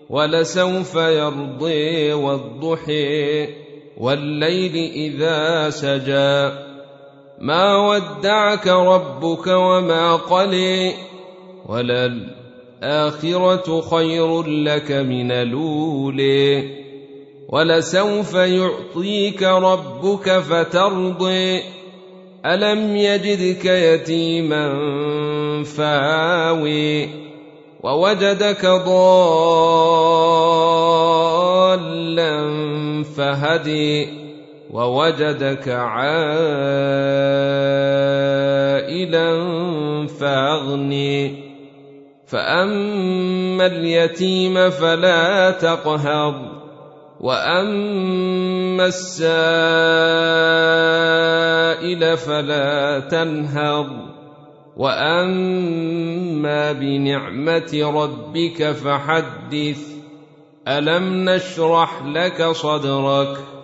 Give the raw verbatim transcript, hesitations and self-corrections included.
ولسوف يرضي والضحى والليل إذا سجى ما ودعك ربك وما قلى وللآخرة خير لك من الأولى ولسوف يعطيك ربك فترضى ألم يجدك يتيما فآوى ووجدك ضالا فهدي ووجدك عائلا فأغني فأما اليتيم فلا تقهر وأما السائل فلا تنهر وأما بنعمة ربك فحدث ألم نشرح لك صدرك